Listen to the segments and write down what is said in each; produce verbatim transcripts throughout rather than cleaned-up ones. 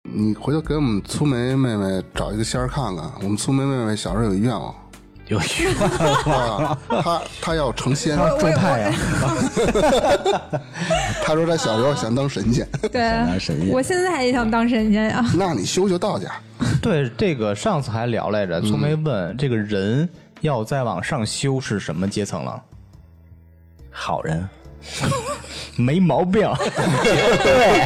你回头给我们粗梅妹妹找一个仙儿看看，我们粗梅妹妹小时候有一愿望， 有愿望，她她要成仙， 种太阳。 她说她小时候想当神仙， 对， 想当神仙我现在也想当神仙呀。 那你修修道家。 对，这个上次还聊来着，粗梅问、嗯、这个人要再往上修是什么阶层了？ 好人。 没毛病。 对。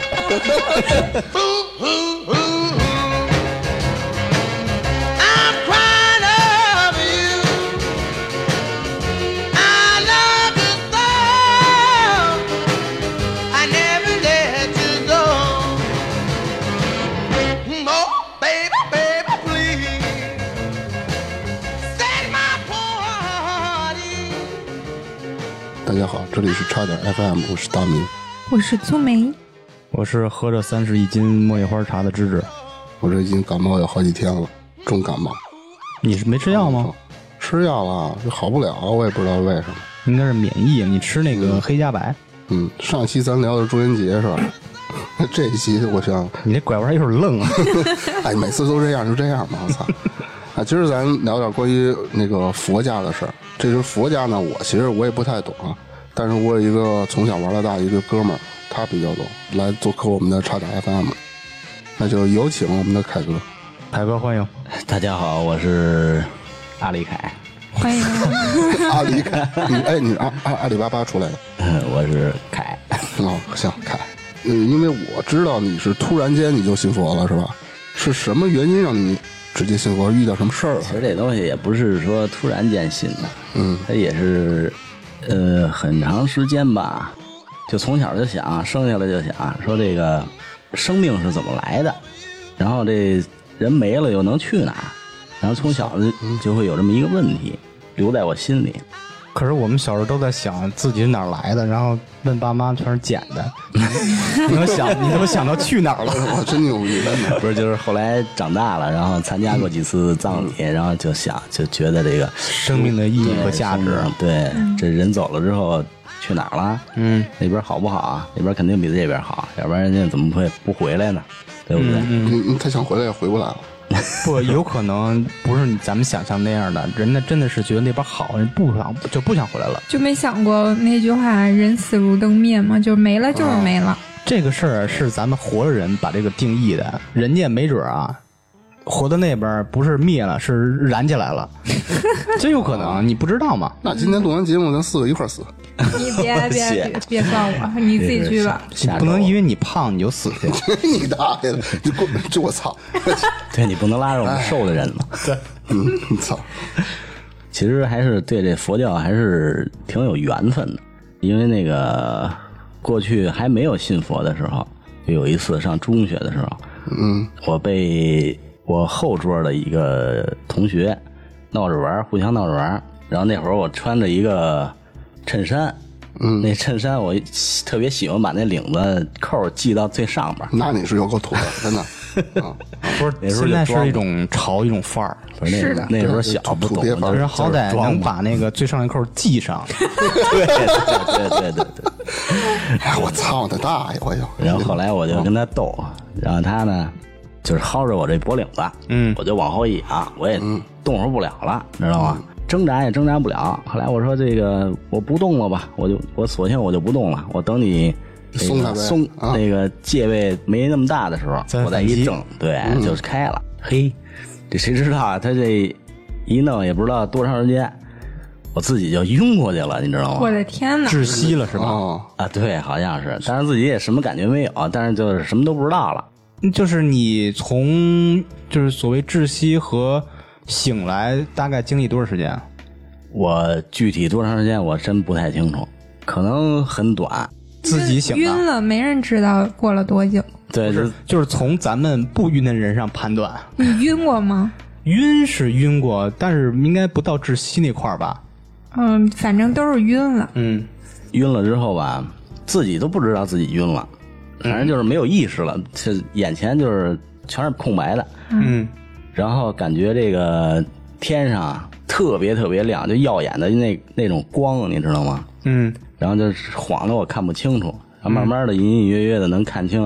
大家好，这里是差点 F M， 我是大明， 我是粗梅， 我是喝着三十一斤茉莉花茶的芝芝。 我这已经感冒有好几天了，重感冒。 你是没吃药吗？ 吃药了，就好不了，我也不知道为什么。 应该是免疫，你吃那个黑加白。 嗯，上期咱聊的中元节是吧？这一期我想你那拐弯有点愣啊。 哎，每次都这样，就这样吧，我操。啊，今儿咱聊点关于那个佛家的事儿。这是佛家呢，我其实我也不太懂啊，但是我有一个从小玩到大一个哥们儿，他比较懂，来做客我们的差点 F M。那就有请我们的凯哥。 凯哥欢迎。 大家好，我是阿里凯。 欢迎。 阿里凯，你哎，你阿阿阿里巴巴出来的？ 嗯，我是凯。 哦，行，凯。嗯，因为我知道你是突然间你就信佛了，是吧？是什么原因让你直接信佛？遇到什么事儿？ 其实这东西也不是说突然间信的， 嗯， 它也是呃很长时间吧，就从小就想，生下来就想说这个生命是怎么来的，然后这人没了又能去哪儿，然后从小就就会有这么一个问题留在我心里。 可是我们小时候都在想自己是哪儿来的，然后问爸妈全是捡的。你能想，你怎么想到去哪儿了？ 我真牛逼！ 不是，就是后来长大了，然后参加过几次葬礼，嗯、然后就想，就觉得这个生命的意义和价值。 对， 嗯、 这人走了之后去哪儿了？ 嗯， 那边好不好啊？那边肯定比这边好，要不然人家怎么会不回来呢？对不对？ 嗯嗯嗯、他想回来也回不来了。 不，有可能不是咱们想象那样的，人家真的是觉得那边好，人不想就不想回来了。 就没想过那句话“人死如灯灭”吗？就没了就是没了。 啊、这个事儿是咱们活着人把这个定义的，人家没准啊，活到那边不是灭了，是燃起来了，真有可能，你不知道吗？ 那今天录完节目，咱四个一块儿死。 你别别别别算我，你自己去吧。 你不能因为你胖你就死去。 你大爷的！你滚！这我操！ 对，你不能拉着我们瘦的人嘛。 对， 嗯，操。 其实还是对这佛教还是挺有缘分的，因为那个过去还没有信佛的时候，就有一次上中学的时候， 嗯， 我被我后桌的一个同学闹着玩，互相闹着玩，然后那会儿我穿着一个衬衫， 嗯， 那衬衫我特别喜欢把那领子扣系到最上边。 那你是有够土的，真的。啊、 不是，现在是一种潮，一种范儿。 不是是的， 那时候小不懂， 可是好歹能把那个最上一扣系上。 对对对对对对。 哎，我操他大爷！我就。 然后后来我就跟他斗，然后他呢，就是薅着我这脖领子， 嗯， 我就往后一仰，我也动弹不了了，知道吗？挣扎也挣扎不了。后来我说这个我不动了吧，我就我索性我就不动了，我等你松开呗， 松、啊、那个戒备没那么大的时候，我再一挣，对，嗯、就是开了。嘿，这谁知道啊？他这一弄也不知道多长时间，我自己就晕过去了，你知道吗？ 我的天哪！ 窒息了是吧？ 哦、 啊，对，好像是，但是自己也什么感觉没有，但是就是什么都不知道了。 就是你从就是所谓窒息和醒来大概经历多少时间？ 我具体多长时间我真不太清楚，可能很短。 自己醒晕了，没人知道过了多久。 对， 就是就是从咱们不晕的人上判断。 你晕过吗？ 晕是晕过，但是应该不到窒息那块儿吧？ 嗯，反正都是晕了。 嗯， 晕了之后吧，自己都不知道自己晕了，反正就是没有意识了，这眼前就是全是空白的。 嗯，然后感觉这个天上特别特别亮，就耀眼的那那种光，你知道吗？ 嗯， 然后就晃得我看不清楚，然后慢慢的隐隐约约的能看清，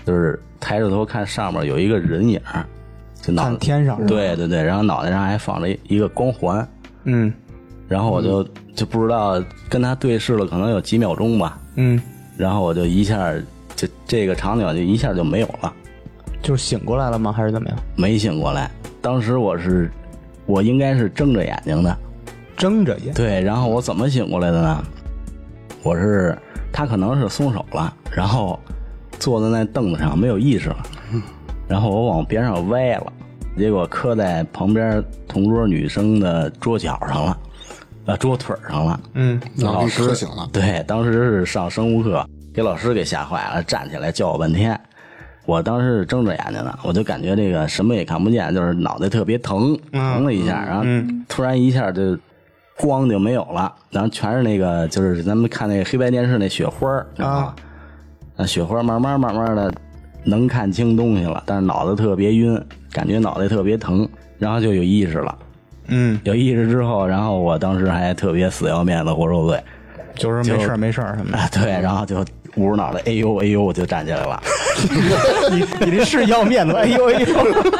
就是抬着头看上面有一个人影，就脑看天上， 对对对，然后脑袋上还放着一个光环， 嗯然后我就、嗯、就不知道跟他对视了，可能有几秒钟吧， 嗯， 然后我就一下就这个场景就一下就没有了， 就醒过来了吗？还是怎么样？ 没醒过来，当时我是我应该是睁着眼睛的， 睁着眼， 对，然后我怎么醒过来的呢？我是他可能是松手了，然后坐在那凳子上没有意识了，然后我往边上歪了，结果磕在旁边同桌女生的桌角上了。啊，桌腿上了， 嗯， 老师磕醒了。 对，当时是上生物课，给老师给吓坏了，站起来叫我半天。我当时是睁着眼睛的，我就感觉这个什么也看不见，就是脑袋特别疼，疼了一下，然后突然一下就光就没有了，然后全是那个就是咱们看那个黑白电视那雪花啊，那雪花慢慢慢慢的能看清东西了，但是脑子特别晕，感觉脑袋特别疼，然后就有意识了。 嗯， 有意识之后，然后我当时还特别死要面子活受罪， 就是没事没事什么的、 啊，对，然后就捂着脑袋，哎呦哎呦，我就站起来了。 你你这是要面子，哎呦哎呦，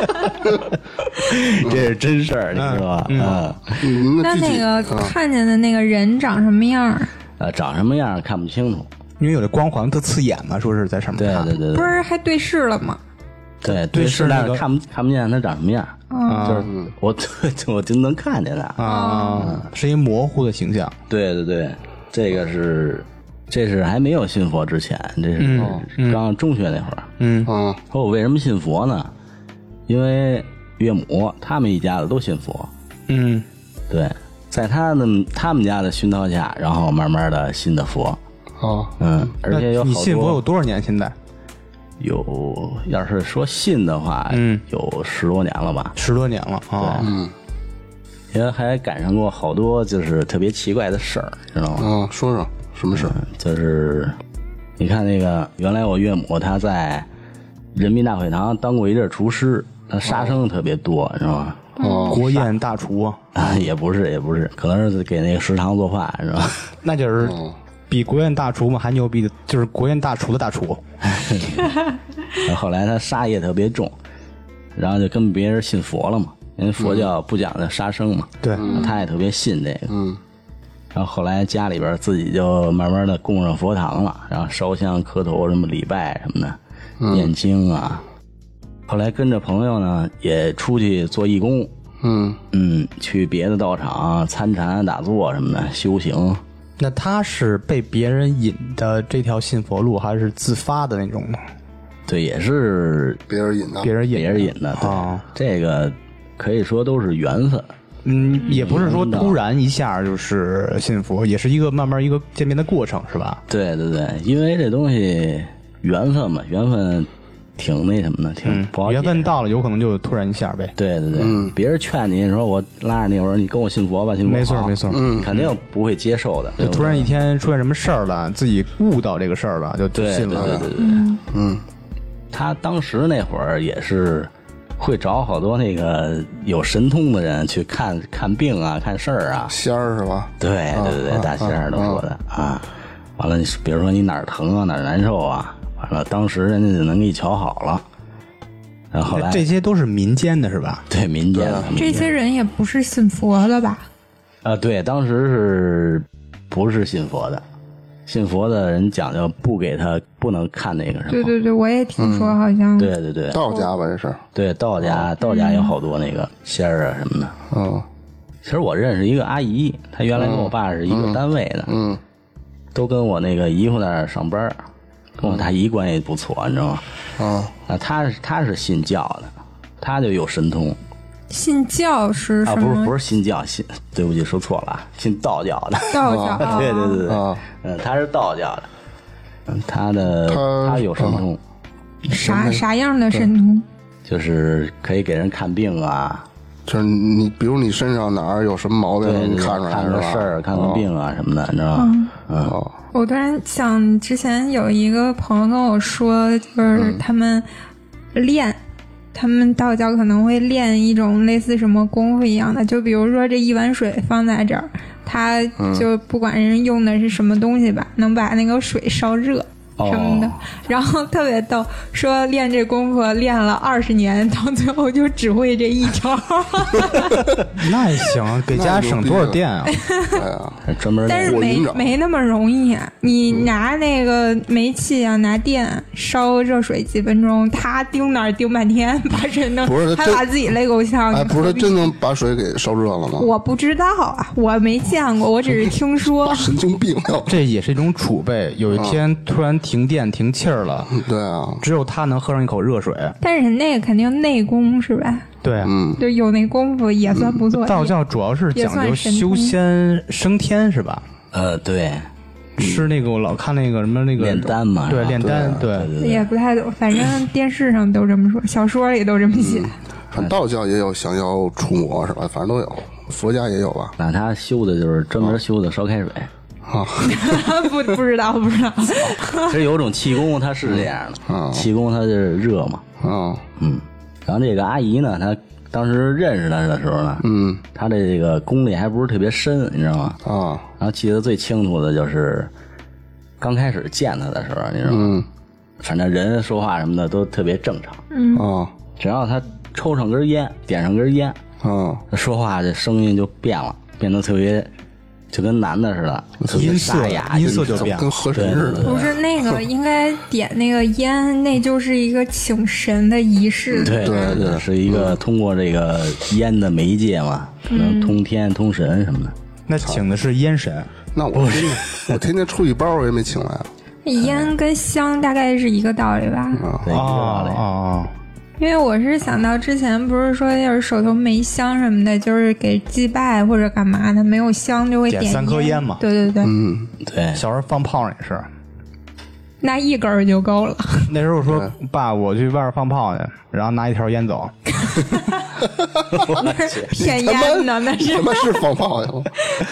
这是真事儿，你知道吧？ 嗯， 嗯那那个看见的那个人长什么样？ 呃，长什么样看不清楚， 因为有这光环特刺眼嘛，说是在上面看。 对对对， 不是还对视了吗？ 对对视，但是看不看不见他长什么样。 嗯， 就是我我就能看见他啊，是一模糊的形象。 对对对，这个是这是还没有信佛之前，这是嗯刚中学那会儿。 嗯嗯， 说我为什么信佛呢？因为岳母他们一家子都信佛。 嗯， 对，在他们他们家的熏陶下，然后慢慢的信的佛。 哦， 嗯，而且有好多你信佛有多少年？现在？ 有，要是说信的话， 嗯， 有十多年了吧， 十多年了啊， 嗯， 也还赶上过好多就是特别奇怪的事儿，知道吗？ 嗯，说说什么事？ 嗯、就是你看那个，原来我岳母她在人民大会堂当过一阵厨师，她杀生特别多，知道吗？ 哦， 国宴大厨啊， 啊，也不是，也不是，可能是给那个食堂做饭，是吧？ 那就是比国宴大厨嘛还牛逼的，就是国宴大厨的大厨。 后来他杀业特别重，然后就跟别人信佛了嘛，因为佛教不讲究杀生嘛。 对、 嗯，他也特别信这个。 嗯， 然后后来家里边自己就慢慢的供上佛堂了，然后烧香磕头什么礼拜什么的，嗯、念经啊。后来跟着朋友呢也出去做义工。 嗯嗯，去别的道场参禅打坐什么的修行。 那他是被别人引的这条信佛路，还是自发的那种呢？ 对，也是别人引的， 别人引别人引的。对、 啊， 这个可以说都是缘分。 嗯，也不是说突然一下就是信佛，也是一个慢慢一个渐变的过程，是吧？ 对对对，因为这东西缘分嘛，缘分挺那什么的，挺不好解释、 嗯。缘分到了，有可能就突然一下呗。 对对对， 嗯、 别人劝你说我拉着你，我说你跟我信佛吧，信佛没错没错， 嗯， 你肯定不会接受的。 突然一天出现什么事儿了，自己悟到这个事儿了，就信了。 对对对对对， 嗯， 他当时那会儿也是会找好多那个有神通的人去看看病啊、看事儿啊， 仙儿是吧？ 对对对对，大仙儿都说的啊。完了，比如说你哪儿疼啊，哪儿难受啊，完了当时人家就能给你瞧好了。然后后来这些都是民间的是吧？ 对，民间的。 这些人也不是信佛的吧？ 啊，对，当时是不是信佛的？信佛的人讲究不给他不能看那个什么。 对对对，我也听说好像。 嗯、对对对， 道家吧这是。 对，道家，道家有好多那个仙儿啊什么的。 嗯， 其实我认识一个阿姨，她原来跟我爸是一个单位的， 嗯， 都跟我那个姨夫那儿上班，跟我大姨关系不错，你知道吗？ 啊， 那他是他是信教的，他就有神通。 信教是什么？ 啊，不是不是信教，信对不起说错了，信道教的。 道教， 啊、对对对对， 啊、 嗯，他是道教的，嗯，他的他他有神通， 啥啥样的神通？ 就是可以给人看病啊， 就是你比如你身上哪儿有什么毛病， 对能看出来看个事儿、看个病啊什么的，你知道吗？ 嗯。 嗯哦， 我突然想，之前有一个朋友跟我说，就是他们练。嗯他们道教可能会练一种类似什么功夫一样的，就比如说这一碗水放在这儿，他就不管人用的是什么东西吧，能把那个水烧热。 什么的，然后特别逗，说练这功夫练了二十年，到最后就只会这一招。 那也行，给家省多少电啊？ 哎呀， 专门但是没没那么容易、啊，你拿那个煤气啊，拿电烧热水几分钟，他盯那儿盯半天，把水弄， 不是他真还把自己累够呛。 哎，不是他真能把水给烧热了吗？ 我不知道啊，我没见过，我只是听说。 神经病啊！ 这也是一种储备，有一天突然停电停气儿了， 对啊， 只有他能喝上一口热水。 但是那个肯定内功是吧？ 对啊， 嗯， 就有那功夫也算不错。 道教主要是讲究修仙升天是吧？ 呃，对， 是那个我老看那个什么那个炼丹嘛， 对， 是吧炼丹， 对对， 对对也不太懂，反正电视上都这么说，小说里都这么写。 反正道教也有降妖除魔是吧？反正都有，佛家也有吧？ 那他修的就是专门修的烧开水。 啊， 不不知道不知道。 其实有种气功，它是这样的，气功它就是热嘛， 啊， 嗯。然后这个阿姨呢，她当时认识他的时候呢， 嗯， 她的这个功力还不是特别深，你知道吗？ 啊， 然后记得最清楚的就是刚开始见他的时候，你知道吗？ 嗯， 反正人说话什么的都特别正常， 嗯啊， 只要他抽上根烟，点上根烟， 啊， 他说话这声音就变了，变得特别就跟男的似的，特别音色沙哑， 音色就变了。 跟河神似的。 不是那个，应该点那个烟，那就是一个请神的仪式。 对对对是一个通过这个烟的媒介嘛，可能通天通神什么的。 那请的是烟神， 那我天天我天天出一包我也没请来啊。 烟跟香大概是一个道理吧？ 对，一个道理。 哦， 因为我是想到之前不是说要是手头没香什么的，就是给祭拜或者干嘛的，没有香就会点点三颗烟嘛对对对， 嗯， 对， 小时候放炮也是， 那一根儿就够了。 那时候说爸，我去外边放炮去，然后拿一条烟走。 骗烟的那是他。妈是放炮呀！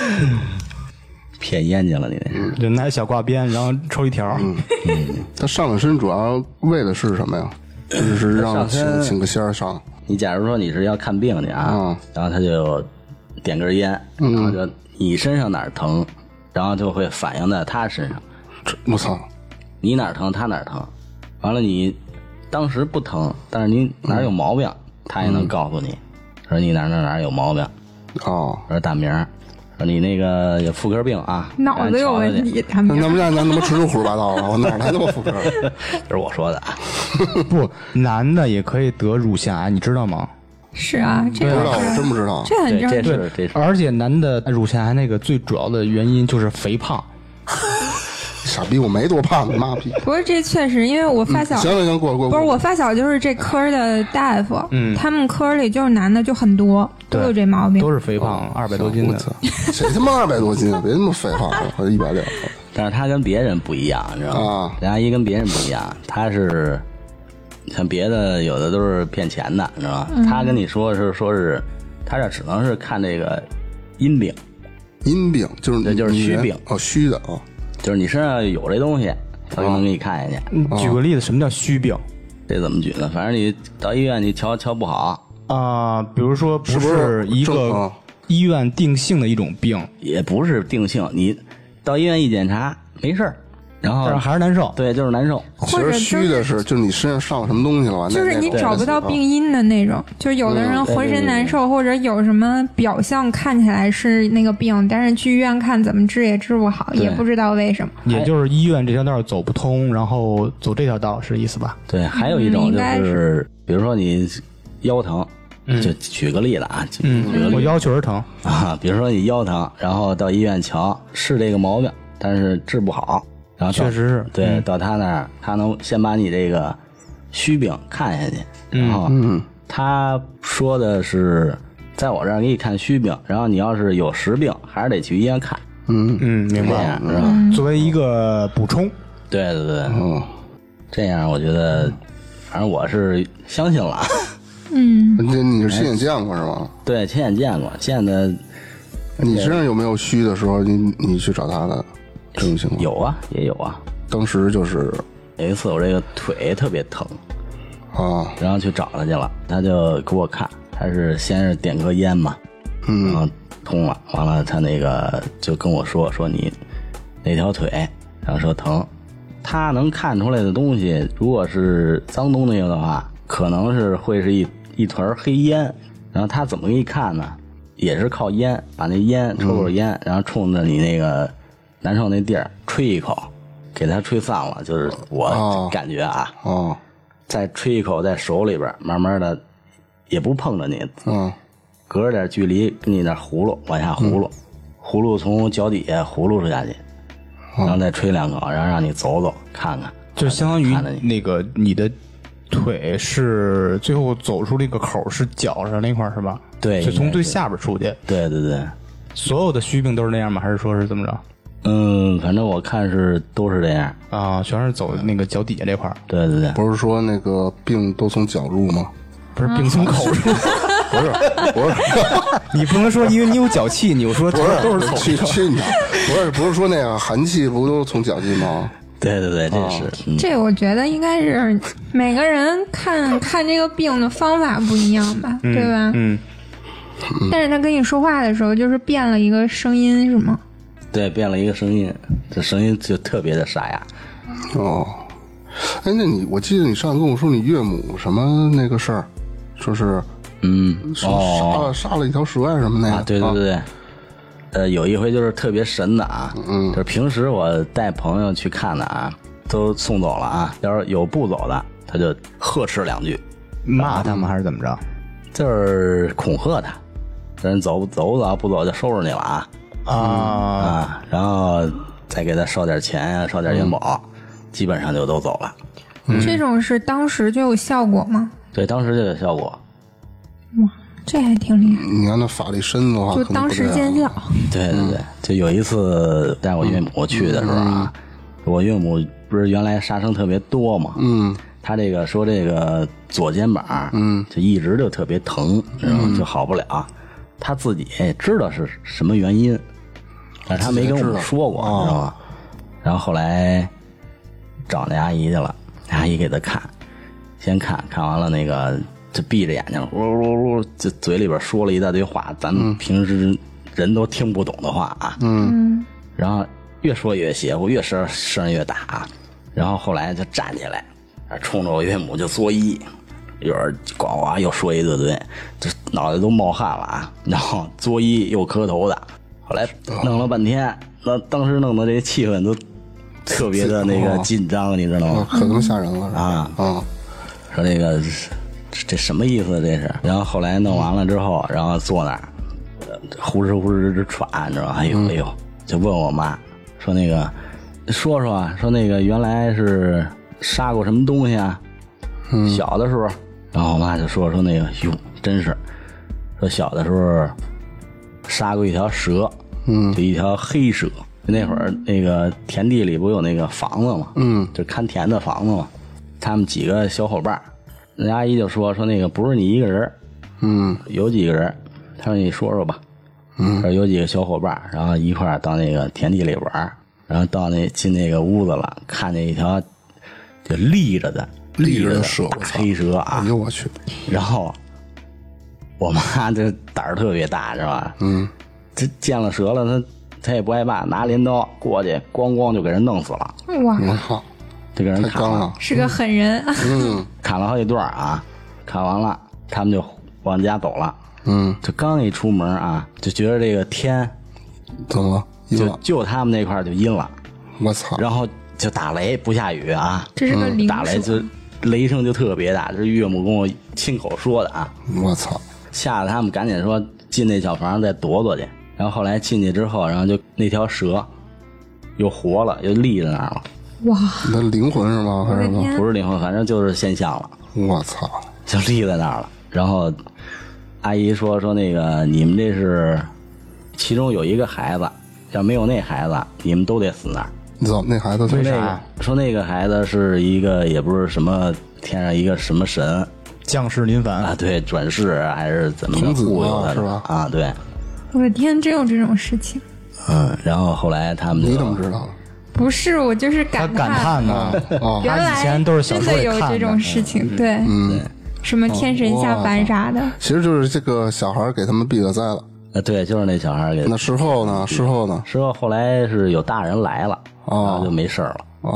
骗烟去了，你那是。 就拿小挂鞭，然后抽一条。 他上了身主要为的是什么呀？就是让上身请请个仙儿上。 你假如说你是要看病去啊， 嗯然后他就点根烟，然后就你身上哪儿疼，然后就会反映在他身上。 这我操！ 你哪儿疼，他哪儿疼。完了，你当时不疼，但是你哪儿有毛病，他也能告诉你，说你哪儿哪儿哪儿有毛病， 哦， 说大名儿，说你那个有妇科病啊， 脑子有问让人瞧瞧去。 题，他们那那不然咱他妈纯属胡说八道了，我哪来那么妇科？ 这是我说的啊。 不，男的也可以得乳腺癌，你知道吗？ 是啊，这不知道， 个我真不知道。 这很对，这正常。 是这是。 而且男的乳腺癌那个最主要的原因就是肥胖。 傻逼，我没多胖，你妈逼！ 不是这确实，因为我发小、 行行行，过过过。 不是我发小就是这科的大夫， 嗯他们科里就是男的就很多，都有这毛病。 都是肥胖，二百多斤的。 我操，谁他妈二百多斤啊？别他妈废话了，我一百六。 但是他跟别人不一样，你知道吗？ 啊人阿姨跟别人不一样，他是像别的有的都是骗钱的，你知道吗？他跟你说是说是，他这只能是看这个阴病， 阴病就是这就是虚女人病哦，虚的啊。 就是你身上有这东西，他就能给你看下去。 嗯举个例子，什么叫虚病这怎么举呢？反正你到医院你瞧瞧不好， 啊？比如说，不是不是一个正啊医院定性的一种病， 也不是定性，你到医院一检查没事儿，然后但是还是难受。 对就是难受。 其实或者就是虚的是，就是你身上上了什么东西了吧？ 就是你找不到病因的那种，就是有的人浑身难受，或者有什么表象看起来是那个病，但是去医院看怎么治也治不好， 对也不知道为什么。 也就是医院这条道走不通，然后走这条道是意思吧？ 对，还有一种就应该是是， 比如说你腰疼，就举个例子啊，举举个嗯，我例子腰确实疼， 啊，比如说你腰疼，然后到医院瞧是这个毛病，但是治不好，然后到确实是对， 嗯到他那儿，他能先把你这个虚病看下去，然后嗯他说的是在我这儿给你看虚病，然后你要是有实病，还是得去医院看， 嗯嗯，明这白了。 样是吧？ 作为一个补充， 对对对， 嗯， 这样我觉得，反正我是相信了。 嗯， 你你是亲眼见过是吗？ 对，亲眼见过，见的你身上有没有虚的时候，你你去找他的这种情况？ 有啊，也有啊。 当时就是有一次我这个腿特别疼， 啊， 然后去找他去了，他就给我看，他是先是点颗烟嘛，然后通了，完了他那个就跟我说说你那条腿，然后说疼， 他能看出来的东西，如果是脏东西的话，可能是会是一一团黑烟。然后他怎么给你看呢？也是靠烟，把那烟抽口烟，嗯、然后冲着你那个难受那地儿吹一口，给他吹散了。就是我感觉啊， 哦，哦再吹一口在手里边，慢慢的也不碰着你， 嗯， 隔着点距离跟你那葫芦往下葫芦，嗯、葫芦从脚底下葫芦下去，然后再吹两口，然后让你走走看看， 就相当于那个你的腿是最后走出这个口是脚上那块是吧？ 对， 就从最下边出去。 对对对， 所有的虚病都是那样吗？还是说是怎么着？ 嗯，反正我看是都是这样啊，全是走那个脚底下这块。 对对对， 不是说那个病都从脚入吗？ 不是病从口入， 不是不是， 你不能说因为你有脚气，你又说不是都是从去去你，不是不是说那个寒气不都从脚进吗？ 对对对，这是、 啊嗯、 这我觉得应该是每个人看看这个病的方法不一样吧， 嗯、 对吧？ 嗯。 但是他跟你说话的时候，就是变了一个声音，是吗？ 对，变了一个声音，这声音就特别的沙哑。 哦，哎，那你我记得你上次跟我说你岳母什么那个事儿，说是嗯， 杀了杀了一条蛇啊什么那个、 啊，对对对对。啊呃，有一回就是特别神的啊， 嗯， 就是平时我带朋友去看的啊，都送走了啊，要是有不走的，他就呵斥两句， 骂他们还是怎么着？ 就是恐吓他，人走走不走不走就收拾你了啊啊啊，然后再给他烧点钱呀、啊，烧点元宝、嗯，基本上就都走了。 嗯、这种是当时就有效果吗？ 对，当时就有效果。 哇，这还挺厉害。 你看那法力深的话， 就当时见效。 对对对，嗯、就有一次带我岳母去的时候啊，嗯、我岳母不是原来杀生特别多嘛， 嗯， 他这个说这个左肩膀， 嗯， 就一直就特别疼，然后就好不了。嗯、他自己知道是什么原因，但是他没跟我们说过，你知道吗？然后后来找那阿姨去了，阿姨给他看，先看看完了那个。就闭着眼睛，呜呜呜，就嘴里边说了一大堆话，咱们平时人都听不懂的话啊。 嗯， 然后越说越邪乎，越声声越大，然后后来就站起来，冲着我岳母就作揖，一会儿呱呱又说一堆堆，这脑袋都冒汗了啊。然后作揖又磕头的，后来弄了半天，那当时弄的这气氛都特别的那个紧张，你知道吗？ 可他妈吓人了啊！ 啊， 说这个。这什么意思？这是，然后后来弄完了之后，然后坐那儿，呼哧呼哧直喘，你知道吗？哎呦哎呦，就问我妈说那个，说说啊，说那个原来是杀过什么东西啊？嗯，小的时候，然后我妈就说说那个，哟，真是，说小的时候杀过一条蛇， 嗯， 就一条黑蛇。那会儿那个田地里不有那个房子嘛， 嗯， 就看田的房子嘛，他们几个小伙伴。那阿姨就说说那个不是你一个人， 嗯， 有几个人，他说你说说吧， 嗯， 说有几个小伙伴，然后一块儿到那个田地里玩，然后到那进那个屋子了，看见一条就立着的立着的蛇，大黑蛇啊！ 哎呦我去！ 然后我妈这胆儿特别大，是吧？ 嗯， 这见了蛇了，她她也不害怕，拿镰刀过去，咣咣就给人弄死了。 哇！ 我靠！ 就给人砍了， 是个狠人。 嗯， 砍了好几段啊，砍完了，他们就往家走了。 嗯， 就刚一出门啊，就觉得这个天怎么了？ 就就他们那块就阴了。 我操！ 然后就打雷，不下雨啊。 这是个灵、嗯、 打雷就雷声就特别大，这是岳母跟我亲口说的啊。 我操！ 吓得他们赶紧说进那小房再躲躲去。然后后来进去之后，然后就那条蛇又活了，又立在那儿了。 哇！ 那灵魂是吗？还是什么？ 不是灵魂，反正就是现象了。 我操！ 就立在那儿了。然后阿姨说说那个你们这是其中有一个孩子，要没有那孩子，你们都得死那儿。 你知道那孩子为啥？说那个孩子是一个也不是什么天上一个什么神降世临凡啊，对，转世还是怎么童子忽悠他是吧？ 啊，对。 我的天，真有这种事情。 嗯，然后后来他们你怎么知道？ 不是，我就是感叹，感叹呢。 哦， 原来以前都是小真的有这种事情，对， 嗯， 什么天神下凡啥的， 其实就是这个小孩给他们避了灾了。 啊，对，就是那小孩给。 那事后呢？事后呢？ 事后后来是有大人来了， 哦， 然后就没事了。 哦，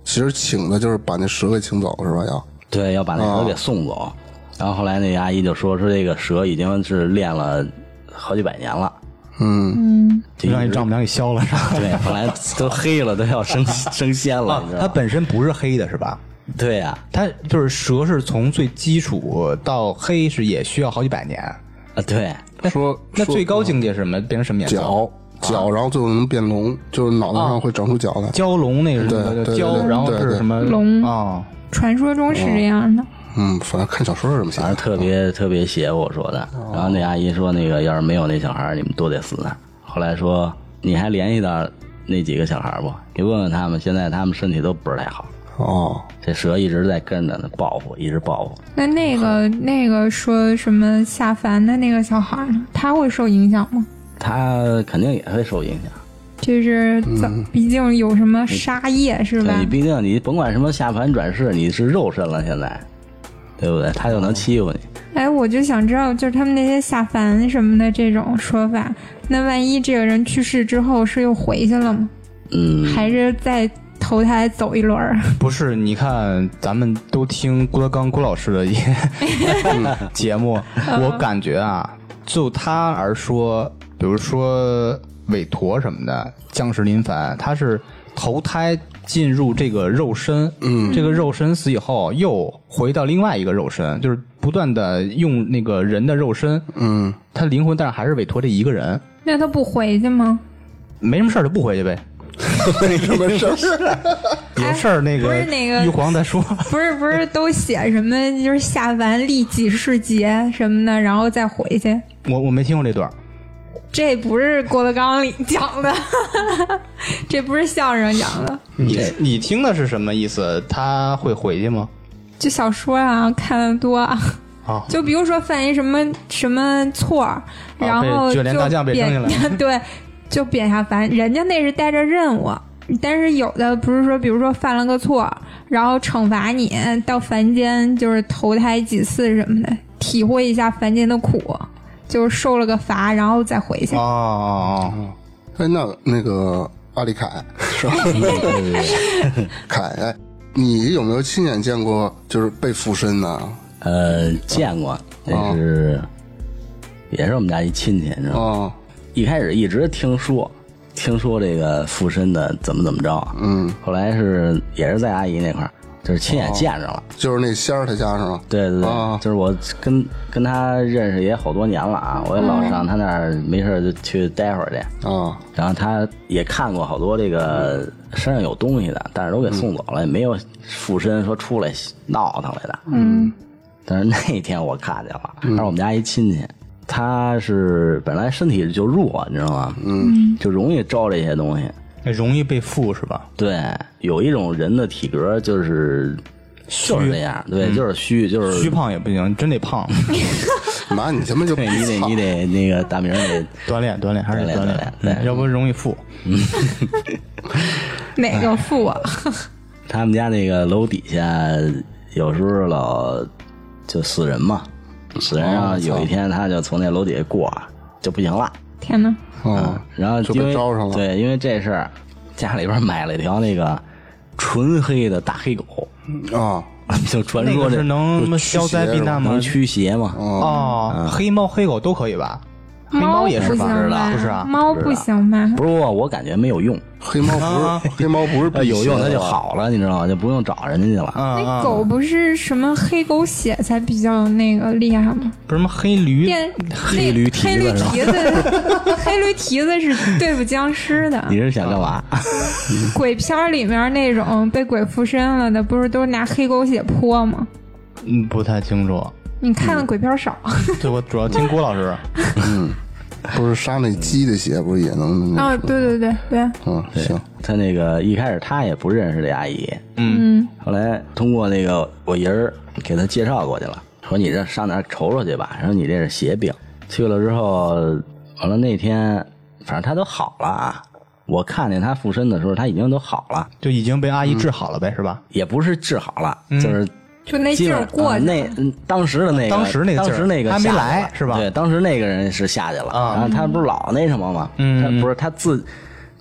其实请的就是把那蛇给请走是吧？要对，要把那蛇给送走。哦、然后后来那个阿姨就说说这个蛇已经是练了好几百年了。 嗯嗯， 就让你丈母娘给削了是吧？ 对，后来都黑了，都要升升仙了。 啊你知道吗？ 它本身不是黑的是吧？ 对呀、啊， 它就是蛇是从最基础到黑是也需要好几百年啊，对。 说那最高境界是什么？变成什么颜色？ 角角，然后最后能变龙，就是脑袋上会长出角来。 蛟龙那是什么？蛟，然后是什么龙啊？ 传说中是这样的。 嗯，反正看小说是这么写的， 反正特别特别邪乎说的。然后那阿姨说，那个要是没有那小孩，你们都得死那儿。后来说你还联系到那几个小孩不？你问问他们，现在他们身体都不是太好。 哦， 这蛇一直在跟着呢，报复，一直报复。 那那个那个说什么下凡的那个小孩呢？他会受影响吗？ 他肯定也会受影响。 就是怎、嗯、毕竟有什么杀业是吧？ 你毕竟你甭管什么下凡转世，你是肉身了，现在对不对？他就能欺负你。 哎，我就想知道，就是他们那些下凡什么的这种说法，那万一这个人去世之后是又回去了吗？ 嗯， 还是再投胎走一轮？ 不是，你看咱们都听郭德纲郭老师的一节目，我感觉啊，就他而说，比如说韦陀什么的，降世临凡，他是投胎进入这个肉身，嗯，这个肉身死以后又回到另外一个肉身，就是不断的用那个人的肉身， 嗯， 他灵魂但是还是韦陀这一个人。 那他不回去吗？ 没什么事儿就不回去呗。 没什么事儿， 有事儿那个不是那个玉皇再说。 不是不是都写什么就是下凡历几世劫什么的，然后再回去。 我我没听过这段。 这不是郭德纲里讲的，这不是相声讲的。 你你听的是什么意思？他会回去吗？ 就小说啊，看得多啊。 哦、 就比如说犯一什么什么错，然后就卷帘大将被扔下来， 对，就贬下凡。人家那是带着任务，但是有的不是说，比如说犯了个错，然后惩罚你到凡间，就是投胎几次什么的，体会一下凡间的苦。就是受了个罚，然后再回去。 哦哦哦！哎，那那个阿里凯是吧？凯，哎，你有没有亲眼见过就是被附身呢？ 呃，见过，那是、哦、也是我们家一亲戚，你知道吗？ 哦、 一开始一直听说，听说这个附身的怎么怎么着， 嗯， 后来是也是在阿姨那块儿。就是亲眼见着了、哦， 就是那仙儿他家是吗？ 对对对，哦、就是我跟跟他认识也好多年了啊，我也老上他那儿没事就去待会儿去啊。 哦、 然后他也看过好多这个身上有东西的，但是都给送走了，嗯、也没有附身说出来闹腾来的。 嗯， 但是那天我看见了，他是我们家一亲戚，他是本来身体就弱，你知道吗？ 嗯， 就容易招这些东西。 容易被附是吧？ 对，有一种人的体格就是就是这样，对，嗯、就是虚，就是虚胖也不行，真得胖。 妈，你他妈就对你得你得那个大明得锻炼锻炼，还是得锻炼， 对， 要不容易附。 嗯， 哪个附啊？ 他们家那个楼底下有时候老就死人嘛，死人，然后有一天他就从那楼底下过就不行了。 天哪！ 嗯， 然后就被招上了。 对，因为这事儿，家里边买了一条那个纯黑的大黑狗啊， 就传说这是能消灾避难吗？ 能驱邪吗？ 哦，嗯、黑猫黑狗都可以吧？黑猫也是吧？ 不是啊， 猫不行吧？ 不是，我感觉没有用。 黑猫不是、啊、黑猫不是有用，它就好了，你知道吗？就不用找人家去了。 啊、 那狗不是什么黑狗血才比较那个厉害吗？ 不是什么黑驴， 黑驴蹄子， 黑驴蹄子，黑驴蹄子是对付僵尸的。 你是想干嘛？ 鬼片里面那种被鬼附身了的，不是都拿黑狗血泼吗？ 嗯，不太清楚。 你看的鬼片少。 嗯、对，我主要听郭老师。 嗯。不是杀那鸡的血，不是也能？ 啊，对对对对。 嗯，行。 他那个一开始他也不认识这阿姨， 嗯， 后来通过那个我爷儿给他介绍过去了，说你这上哪儿瞅瞅去吧，说你这是邪病。去了之后，完了那天反正他都好了啊。我看见他附身的时候，他已经都好了， 就已经被阿姨治好了呗，嗯、是吧？ 也不是治好了，嗯、就是。 就那劲儿过去、 啊，那当时的那个， 当时那个， 当时那个还没来是吧？ 对，当时那个人是下去了， 啊、 然后他不是老那什么吗？ 嗯， 他不是他自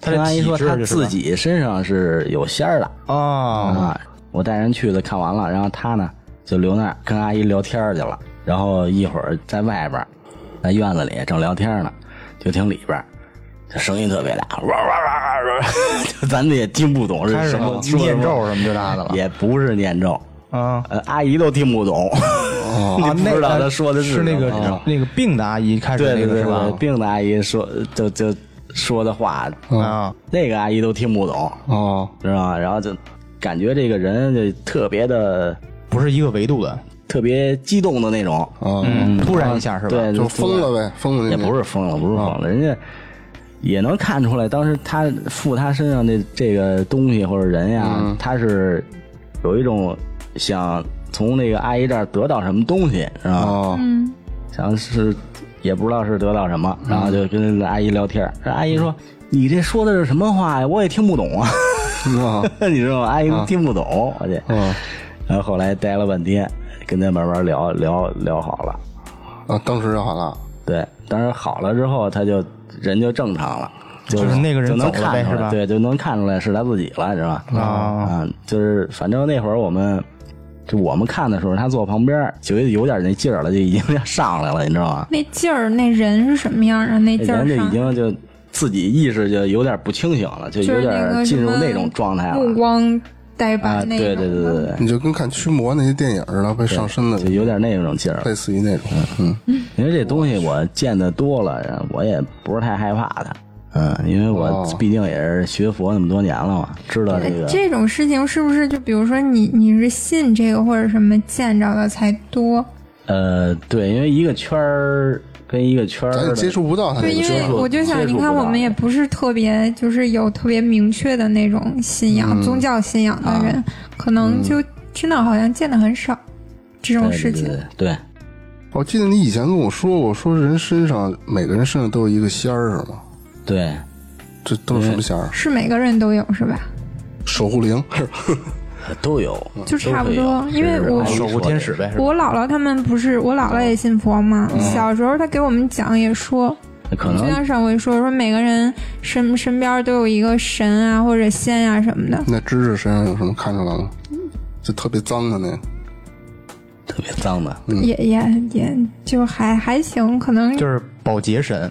听阿姨说她自己身上是有仙儿的啊、哦、 啊。我带人去的，看完了，然后她呢就留那儿跟阿姨聊天去了。然后一会儿在外边，在院子里正聊天呢，就听里边这声音特别大，哇哇哇哇，就咱们也听不懂是什么念咒什么就那的了， 也不是念咒啊、 呃，阿姨都听不懂。 哦， 你不知道他说的是那个、 啊、 那个病的阿姨开始那个是吧？ 对对对，病的阿姨说就就说的话啊， 那个阿姨都听不懂哦， 知道吧？然后就感觉这个人就特别的不是一个维度的， 特别激动的那种， 嗯，突然一下是吧？ 对， 就疯了呗，疯了也不是疯了，不是疯了，人家也能看出来，当时他附他身上的这个东西或者人呀， 嗯、 他是有一种想从那个阿姨这儿得到什么东西，是吧？ 哦， 嗯， 想是也不知道是得到什么，然后就跟阿姨聊天。这阿姨说：“你这说的是什么话呀？我也听不懂啊。 哦” 你知道吗？阿姨都听不懂，我去。 嗯。 然后后来待了半天，跟他慢慢聊聊聊好了。 啊，当时就好了。 对，当时好了之后，他就人就正常了。 就是那个人就能看出来，对，就能看出来是他自己了，是吧？ 啊啊，就是反正那会儿我们，就我们看的时候，他坐旁边，就有点那劲儿了，就已经要上来了，你知道吗？ 那劲儿，那人是什么样啊？那劲儿人就已经就自己意识就有点不清醒了，就有点进入那种状态了， 目光呆板那种、 啊。对对对对对， 你就跟看驱魔那些电影似的，被上身的， 就有点那种劲儿， 类似于那种。嗯， 因为这东西我见得多了，我也不是太害怕它。嗯，因为我毕竟也是学佛那么多年了嘛，知道这个这种事情是不是就比如说你你是信这个或者什么见着的才多？ 呃，对，因为一个圈儿跟一个圈儿， 咱也接触不到他。 对，因为我就想，你看我们也不是特别就是有特别明确的那种信仰、嗯、宗教信仰的人，啊、可能就真的好像见的很少、嗯、这种事情。 对对对对， 我记得你以前跟我说过，说人身上每个人身上都有一个仙儿，是吗？ 对， 这都是什么仙儿？ 是每个人都有是吧？ 守护灵都有， 就差不多。因为我守护天使呗。 我姥姥他们不是，我姥姥也信佛嘛。嗯、小时候他给我们讲也说， 可能就像上回说说每个人身身边都有一个神啊或者仙啊什么的。 那芝芝身上有什么看出来吗？就特别脏的那个。 特别脏的， 嗯、也也也就还还行，可能就是保洁神，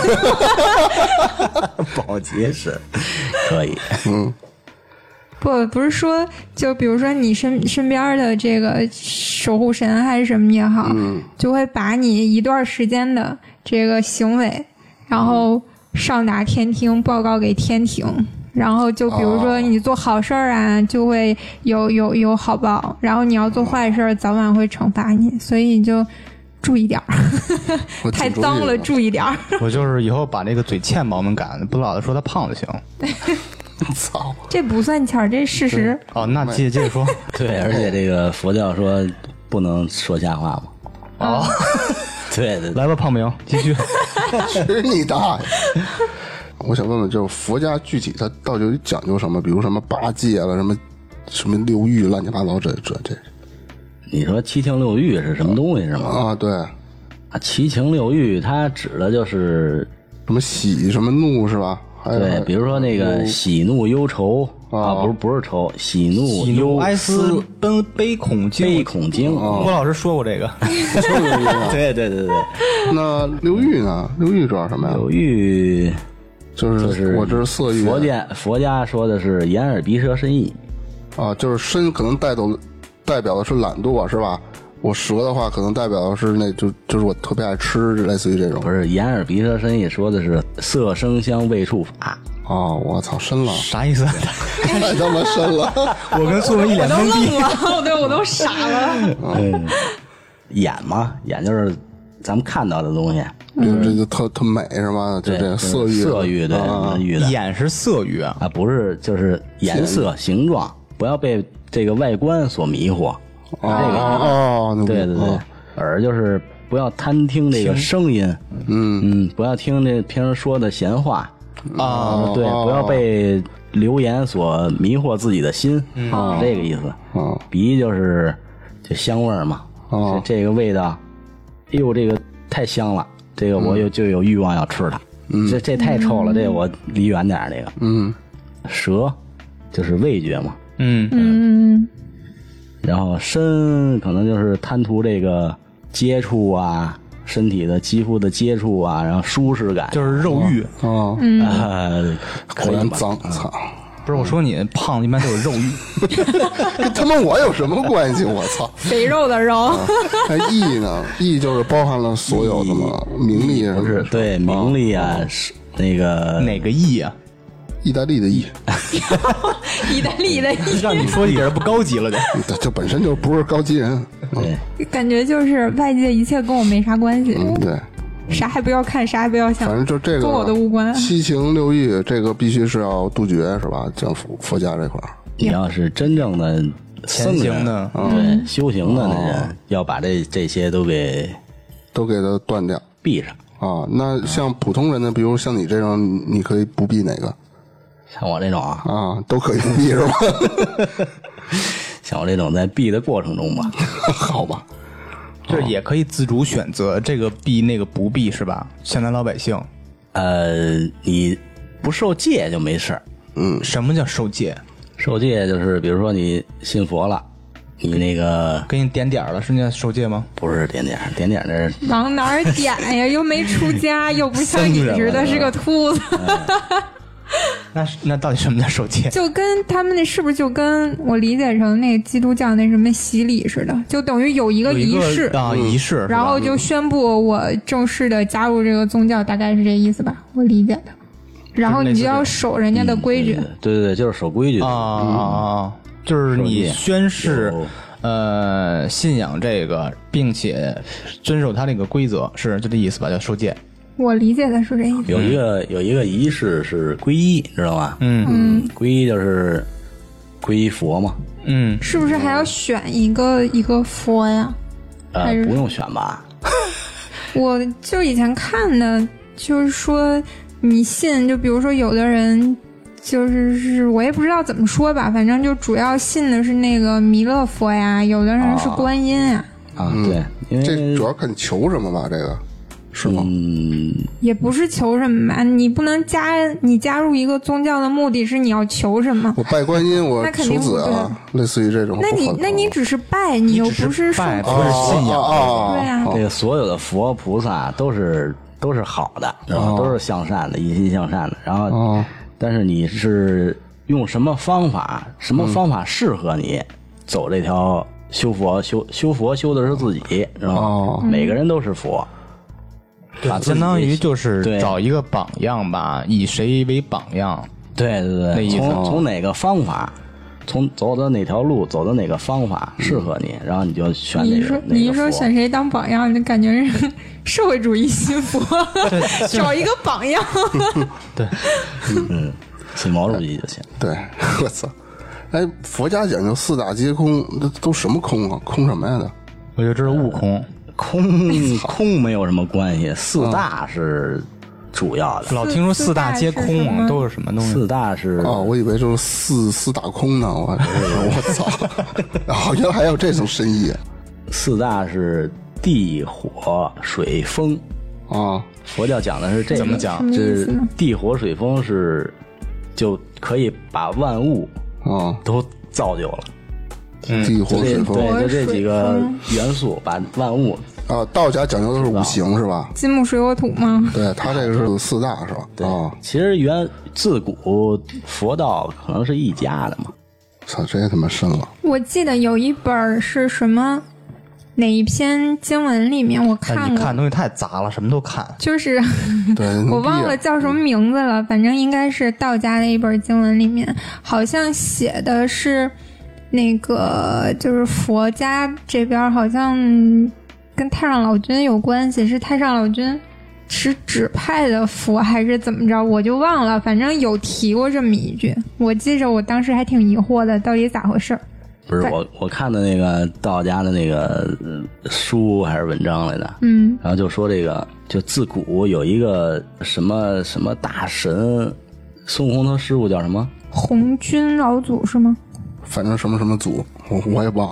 保洁神可以， 嗯， 不不是说，就比如说你身身边的这个守护神还是什么也好， 嗯， 就会把你一段时间的这个行为，然后上达天庭报告给天庭。然后就比如说你做好事儿啊，哦、就会有有有好报，然后你要做坏事儿，早晚会惩罚你，所以你就注意点儿，太脏了，注意点儿。 我就是以后把那个嘴欠毛们赶，不老的说他胖就行。 操， 这不算欠儿，这是事实。 哦，那接接着说。 对，而且这个佛教说不能说瞎话嘛。 哦， 对对， 来吧，胖明，继续。 去你大爷！我想问问，就是佛家具体它到底讲究什么？比如什么八戒了，什么什么六欲，乱七八糟，这这这。 你说七情六欲是什么东西是吗？ 啊，对。 啊，七情六欲它指的就是什么喜什么怒是吧？ 对，比如说那个喜怒忧愁啊，不是不是愁，喜怒忧哀思悲悲恐惊， 悲恐惊。 郭老师说过这个。 对对对对。 那六欲呢？六欲主要什么呀？ 六欲。 就是我这是色欲， 佛家佛家说的是眼耳鼻舌身意啊，就是身可能代表代表的是懒惰是吧？我舌的话可能代表的是那就就是我特别爱吃，类似于这种。 不是眼耳鼻舌身意说的是色声香味触法。 哦，我操，深了， 啥意思？ 太他妈深了！ 我跟苏文一脸懵逼， 我都我都傻了。 嗯，眼嘛，眼就是咱们看到的东西。 嗯，这就特特美是吧？就这色欲， 色欲对， 啊、 欲的眼是色欲啊， 啊不是，就是颜色、形状，不要被这个外观所迷惑。 哦、这个哦， 对对对，哦、耳就是不要贪听这个声音， 嗯嗯，不要听这平时说的闲话啊， 对，不要被流言所迷惑自己的心，啊、嗯，这个意思。 哦， 鼻就是就香味嘛， 哦， 这个味道，哎呦，这个太香了。这个我有就有欲望要吃它， 这这太臭了，这我离远点儿。这个， 嗯， 蛇就是味觉嘛， 嗯嗯， 然后身可能就是贪图这个接触啊，身体的肌肤的接触啊，然后舒适感， 就是肉欲。 哦， 呃，可以吧果然脏，操！ 不是我说你胖一般都有肉欲， 跟他妈我有什么关系？我操！ 肥肉的肉， 那义呢？义就是包含了所有的嘛，名利什么的。 不是对名利啊，是那个哪个意啊？ 意大利的义， 意大利的意， 让你说一点都不高级了就。 这这本身就不是高级人。 对， 感觉就是外界一切跟我没啥关系， 嗯，对， 啥也不要看，啥也不要想， 反正就这个跟我都无关。 七情六欲，这个必须是要杜绝，是吧？像佛佛家这块儿， 你要是真正的僧前行人， 的对修行的那人，要把这这些都给都给它断掉闭上。 啊。那像普通人呢，比如像你这种，你可以不避哪个像我这种啊， 啊？都可以不避是吧？ 像我这种在避的过程中吧， 好吧， 就是也可以自主选择这个避那个不避是吧？像咱老百姓， 呃，你不受戒就没事儿。 什么叫受戒？ 受戒就是比如说你信佛了，你那个给你点点了，是那受戒吗？ 不是点点儿点点儿那是往哪儿点呀？又没出家，又不像你似的是个秃子， 那是那到底什么叫受戒？ 就跟他们那是不是就跟我理解成那个基督教那什么洗礼似的，就等于有一个有一个仪式， 啊，仪式，是吧然后就宣布我正式的加入这个宗教，大概是这意思吧，我理解的。然后你就要守人家的规矩， 对对对，就是守规矩的啊啊啊！就是你宣誓有， 呃，信仰这个，并且遵守他那个规则，是就这意思吧？叫受戒。 我理解的是这意思。 有一个有一个仪式是皈依，知道吗？ 嗯嗯， 皈依就是皈依佛嘛， 嗯， 是不是还要选一个一个佛呀？ 呃还是， 不用选吧？ 我就以前看的，就是说你信，就比如说有的人就是是我也不知道怎么说吧，反正就主要信的是那个弥勒佛呀，有的人是观音啊， 啊，对，因为这主要看你求什么吧？这个是吗？ 嗯， 也不是求什么吧，你不能加你加入一个宗教的目的是你要求什么？ 我拜观音，我那肯求定不对子啊，类似于这种。 那你不可能那你只是拜，你又不是说拜，不是信仰。 啊， 对啊这个所有的佛菩萨都是都是好的，知道吗？都是向善的，一心向善的。然后， 哦但是你是用什么方法，什么方法适合你走这条修佛修修佛修的是自己，知道吗？ 哦每个人都是佛，把自己相当于就是对找一个榜样吧，以谁为榜样？ 对对对， 那意思从从哪个方法，从走的哪条路，走的哪个方法适合你，然后你就选你一说哪个哪你一说个佛选谁当榜样，就感觉是社会主义新佛，找一个榜样。 对， 嗯，信毛主席就行。 对，我操！哎，佛家讲究四大皆空，这都什么空啊？空什么呀？的我就知道悟空。 空空没有什么关系，四大是主要的。 老听说四大皆空啊， 四大是什么都是什么东西？ 四大是哦，我以为就是四四大空呢。我我操！哦，原来还有这种深意四大是地火水风， 啊！ 佛教讲的是这个， 怎么讲就什么意是思呢地火水风是就可以把万物啊， 都造就了。 地火就这水风对，就这几个水风元素把万物啊，道家讲究的是五行是吧？ 金木水火土吗？ 对他这个是四大是吧？ 对啊， 其实原自古佛道可能是一家的嘛。 操，这也他妈深了。 我记得有一本儿是什么哪一篇经文里面我哎， 看过， 你看东西太杂了，什么都看。 就是对， 我忘了叫什么名字了，反正应该是道家的一本经文里面，好像写的是那个就是佛家这边好像跟太上老君有关系，是太上老君是指派的佛还是怎么着，我就忘了，反正有提过这么一句，我记着我当时还挺疑惑的，到底咋回事儿？对不是我我看的那个道家的那个呃书还是文章来的， 嗯， 然后就说这个就自古有一个什么什么大神，孙悟空他师傅叫什么？ 红军老祖是吗？ 反正什么什么祖，我我也忘了。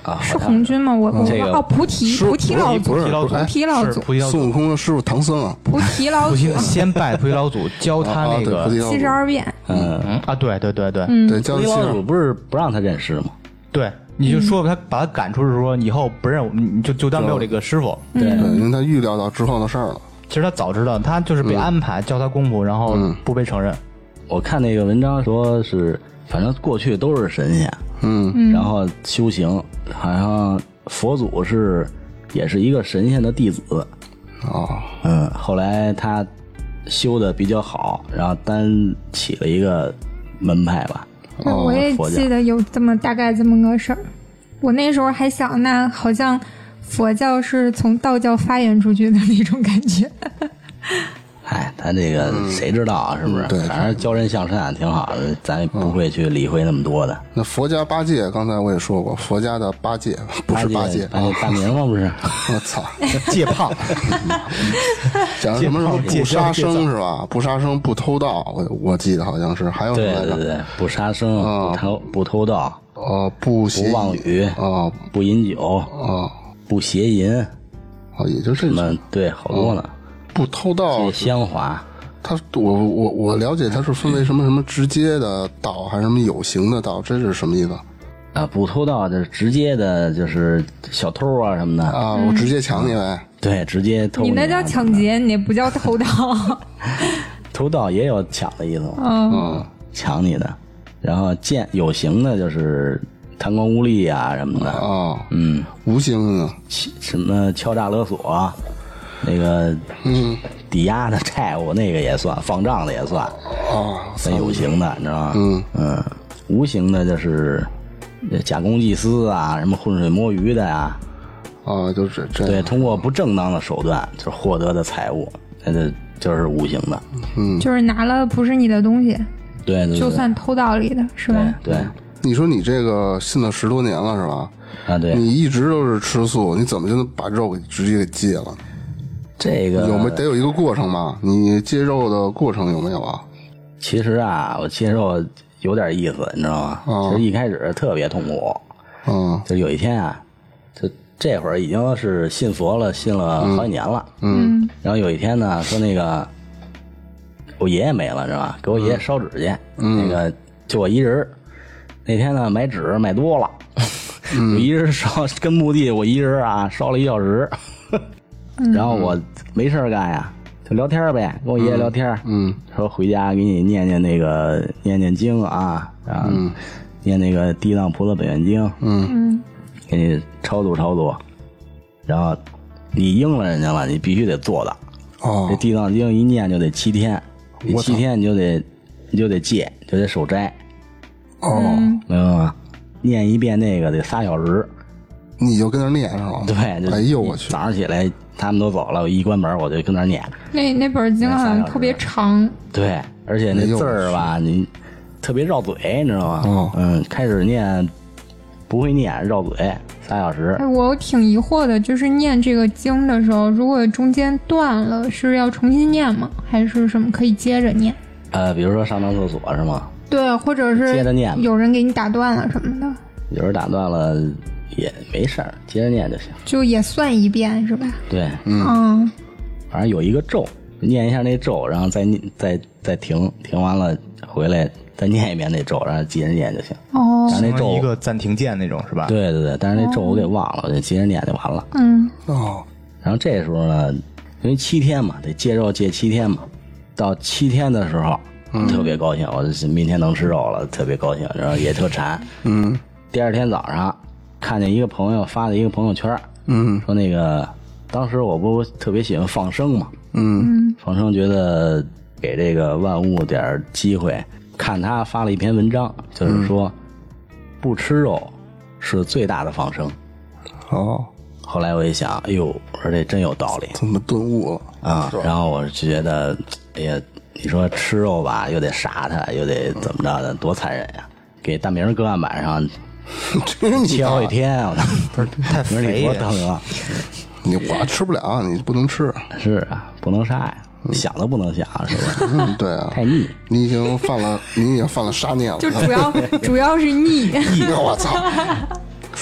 啊， 是红军吗？我我这个哦，菩提师菩提老祖， 不是不是菩提老祖， 是菩提老祖， 孙悟空的师傅唐僧啊， 菩提老祖菩提，先拜菩提老祖，教他啊那个对菩提老祖七十二变。 嗯， 嗯啊，对对对对嗯， 对，教的七十菩提老祖不是不让他认师吗？ 对，你就说他把他赶出去，说以后不认我，你你就就当没有这个师傅。 对， 对，因为他预料到之后的事儿了。 其实他早知道，他就是被安排教他功夫，然后不被承认。 我看那个文章说是，反正过去都是神仙， 嗯然后修行，好像佛祖是也是一个神仙的弟子， 哦， 嗯，后来他修的比较好，然后单起了一个门派吧。 对，我也佛教记得有这么大概这么个事儿。我那时候还想，那好像佛教是从道教发源出去的那种感觉。 哎，他这个谁知道啊？是不是？ 嗯对反正教人向善挺好的，咱也不会去理会那么多的。 那佛家八戒，刚才我也说过，佛家的八戒不是八戒啊！ 八戒大名吗？不是？ 我操， 戒胖， 讲什么什么戒不杀戒生是吧？不杀生不偷盗，我我记得好像是，还有什么对来着？ 对对，不杀生， 啊不偷不偷盗， 呃，不邪不妄语， 啊不饮酒， 啊不邪淫， 啊，也就这什么种对，好多呢。 不偷盗戒。香华， 他我我我了解，他是分为什么什么直接的盗，还是什么有形的盗？这是什么意思啊，不偷盗就是直接的，就是小偷啊什么的， 啊？我直接抢你呗。 对，直接偷。 你那叫抢，劫，你那不叫偷盗。 偷盗也有抢的意思嘛， 嗯， 嗯抢你的。然后见有形的就是贪官污吏啊什么的， 啊， 嗯， 无形的， 欺什么敲诈勒索，那个嗯抵押的债务那个也算，放账的也算， 啊， 算有形的，你知道吗？ 嗯嗯，无形的就是假公济私啊，什么浑水摸鱼的呀、 啊，就这这对，通过不正当的手段就是获得的财物，那就就是无形的。 嗯， 就是拿了不是你的东西， 对对对， 就算偷盗里的是吧？ 对对你说你这个信了十多年了是吧？ 啊，对你一直都是吃素，你怎么就能把肉给直接给戒了？ 这个有没得有一个过程吧？你戒肉的过程有没有啊？ 其实啊，我戒肉有点意思，你知道吗？ 哦其实一开始特别痛苦， 嗯就有一天啊，就这会儿已经是信佛了，信了好几年了。 嗯然后有一天呢，说那个我爷爷没了，知道吧？给我爷爷烧纸去，那个就我一人儿。那天呢，买纸买多了，我一人烧跟墓地，我一人啊烧了一小时。然后我没事儿干呀，就聊天呗，跟我爷爷聊天。 嗯说回家给你念念那个念念经啊，然后念那个地藏菩萨本愿经， 嗯嗯， 给你超度超度。然后你应了人家了，你必须得做到。这哦地藏经一念就得七天，你我操七天你就得你就得戒，就得守斋， 哦， 明白吗？念一遍那个得仨小时， 你就跟那儿念是吧？ 对，就哎呦我去早上起来他们都走了，我一关门我就跟那儿念。 那那本经好像特别长， 对，而且那字儿吧，你特别绕嘴，你知道吗？ 哦嗯，开始念不会念，绕嘴仨小时哎，。我挺疑惑的，就是念这个经的时候，如果中间断了，是要重新念吗？还是什么可以接着念？ 呃，比如说上趟厕所是吗？ 对，或者是接着念吧有人给你打断了什么的， 有人打断了也没事儿，接着念就行。 就也算一遍是吧？ 对， 嗯， 反正有一个咒，念一下那咒，然后再念再再停，停完了回来再念一遍那咒，然后接着念就行。 哦， 但是那咒一个暂停键那种是吧？ 对对对，但是那咒我给忘了，我就接着念就完了。 嗯哦然后这时候呢，因为七天嘛，得戒肉戒七天嘛，到七天的时候，特别高兴，我就是明天能吃肉了，特别高兴，然后也特馋。 嗯第二天早上看见一个朋友发的一个朋友圈， 嗯说那个当时我不特别喜欢放生嘛， 嗯放生觉得给这个万物点儿机会，看他发了一篇文章，就是说、不吃肉是最大的放生。 哦， 后来我一想，哎呦，我说这真有道理怎么顿悟了？ 啊！然后我就觉得，哎呀，你说吃肉吧，又得杀它，又得怎么着的，多残忍呀！给大明搁案板上这你切好几天，我操！ 不是太明儿你多肥了。 疼啊！ 你我吃不了，你不能吃。 是啊，不能杀呀，想都不能想，是不是？ 嗯，对啊， 太腻。 你已经犯了，你已经犯了杀念了。 就主要主要是腻。 我操！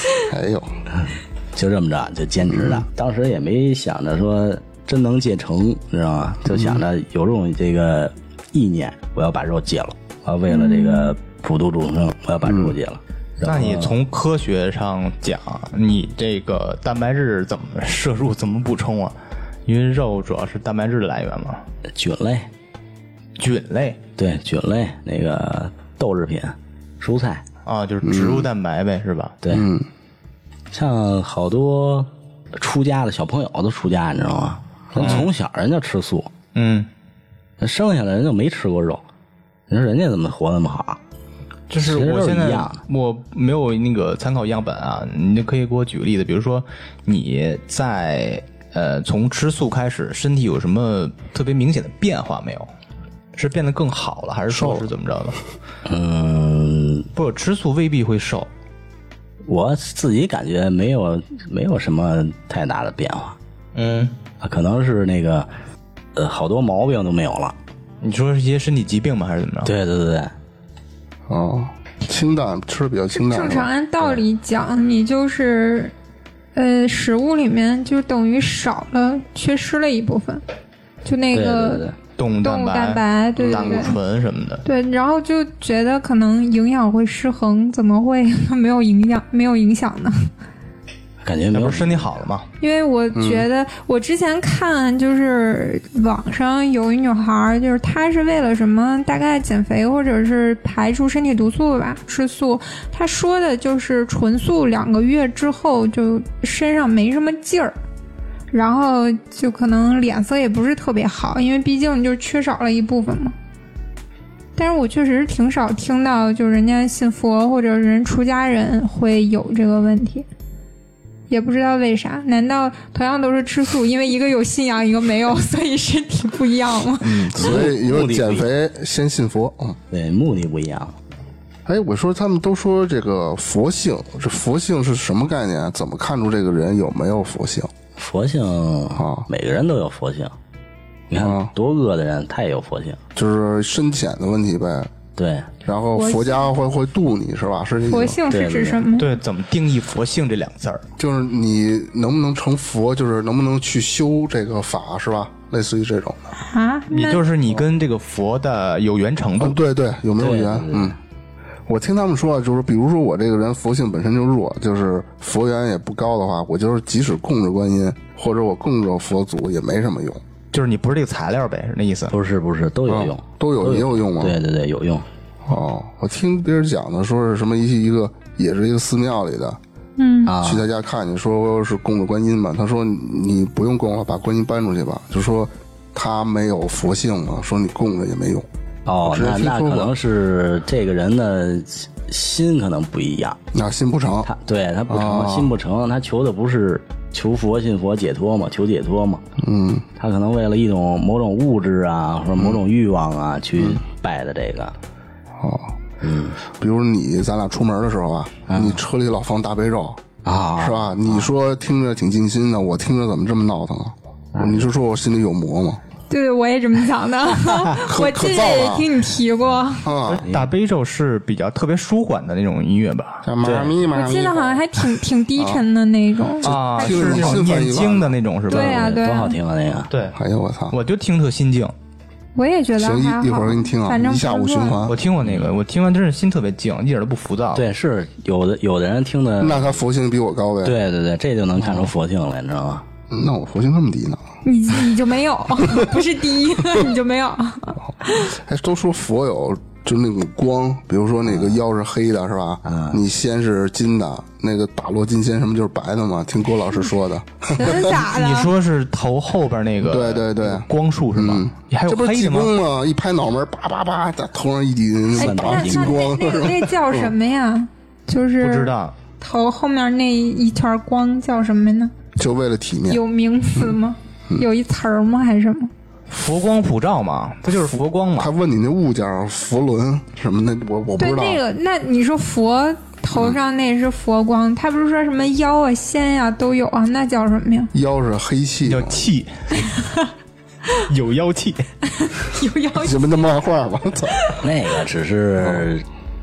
哎呦， 就这么着就坚持着。当时也没想着说真能戒成，知道吗？就想着有这种这个意念，我要把肉戒了，我要为了这个普度众生，我要把肉戒了。 那你从科学上讲，你这个蛋白质怎么摄入，怎么补充啊？因为肉主要是蛋白质的来源嘛。 菌类， 菌类， 对，菌类那个豆制品、蔬菜啊，就是植物蛋白呗，嗯、是吧？ 对， 嗯， 像好多出家的小朋友都出家，你知道吗？人从小人就吃素， 嗯， 生下来人就没吃过肉，你说人家怎么活那么好？ 就是我现在我没有那个参考样本啊，你就可以给我举个例子，比如说你在呃从吃素开始，身体有什么特别明显的变化没有？是变得更好了，还是说是怎么着的？ 嗯， 不，吃素未必会瘦。 我自己感觉没有没有什么太大的变化。 嗯， 可能是那个呃好多毛病都没有了。 你说是一些身体疾病吗？还是怎么着？ 对对对对。 哦，清淡，吃的比较清淡。 正常按道理讲，你就是呃食物里面就等于少了、缺失了一部分，就那个。 对对对， 动物动物蛋白，对对对， 胆固醇什么的， 对，然后就觉得可能营养会失衡，怎么会没有营养没有影响呢？ 感觉没有， 不是身体好了吗？ 因为我觉得、嗯、我之前看就是网上有一女孩，就是她是为了什么大概减肥或者是排除身体毒素吧，吃素。她说的就是纯素两个月之后就身上没什么劲儿。然后就可能脸色也不是特别好，因为毕竟你就缺少了一部分嘛。但是我确实挺少听到就人家信佛或者人出家人会有这个问题，也不知道为啥。难道同样都是吃素，因为一个有信仰一个没有，所以身体不一样吗？ 嗯，所以有减肥先信佛，嗯， 对，目的不一样。 哎，我说他们都说这个佛性，这佛性是什么概念？怎么看出这个人有没有佛性？ 佛性啊，每个人都有佛性。你看多恶的人，他也有佛性， 就是深浅的问题呗。 对， 然后佛家会会度你是吧？是这佛性是指什么？ 对，怎么定义佛性这两个字儿？ 就是你能不能成佛，就是能不能去修这个法是吧？类似于这种的啊， 也就是你跟这个佛的有缘程度。 嗯、对对，有没有缘？嗯。我听他们说，就是比如说我这个人佛性本身就弱，就是佛缘也不高的话，我就是即使供着观音或者我供着佛祖也没什么用。 就是你不是这个材料呗，是那意思？ 不是不是，都有用， 哦、都有也有用吗？ 对对对，有用。 哦，我听别人讲的，说是什么一一个也是一个寺庙里的， 嗯， 去他家看见，说是供着观音嘛，他说你不用供了，把观音搬出去吧，就说他没有佛性嘛，说你供着也没用。 哦，那那可能是这个人的心可能不一样， 那、啊、心不成， 他对他不成、 哦， 心不成，他求的不是求佛信佛解脱嘛，求解脱嘛， 嗯， 他可能为了一种某种物质啊或者某种欲望啊、嗯、去拜的这个， 哦， 嗯， 比如你咱俩出门的时候啊，嗯、你车里老放大悲咒啊， 是吧？你说听着挺静心的，我听着怎么这么闹腾啊？嗯、你是说我心里有魔吗？ 对，我也这么想的。我记得也听你提过。 啊， 大悲咒是比较特别舒缓的那种音乐吧？ 对，我记得好像还挺挺低沉的那种啊，是那种念经的那种是吧？ 对呀，对， 多好听啊那个。 对， 哎呦我操， 我就听特心静。 我也觉得还好。 行，一一会儿给你听啊， 反正一下午循环。 我听过那个，我听完真是心特别静，一点都不浮躁。 对，是有的有的人听的， 那他佛性比我高呗。 对对对，这就能看出佛性来，你知道吗？ 那我佛性这么低呢？ 你你就没有，不是第一，你就没有。 还都说佛有就那种光，比如说那个腰是黑的，是吧？嗯，你仙是金的，那个打落金仙什么就是白的嘛？听郭老师说的， 真的假的？ 你说是头后边那个？ 对对对， 光束是吗？ 嗯、 你还有黑的吗？ 这不是济公吗？一拍脑门，叭叭叭，在头上一滴金光， 那那那叫什么呀？就是不知道头后面那一圈光叫什么呢？ 就为了体面， 有名词吗？嗯、有一词儿吗？还是什么？ 佛光普照嘛，不就是佛光嘛？ 他问你那物件佛轮什么的，我我不知道。 对那个，那你说佛头上那是佛光，嗯、他不是说什么妖啊、仙呀、啊、都有啊？那叫什么呀？ 妖是黑气， 叫气，有妖气， 有妖气。 什么的漫画吧？操， 那个只是。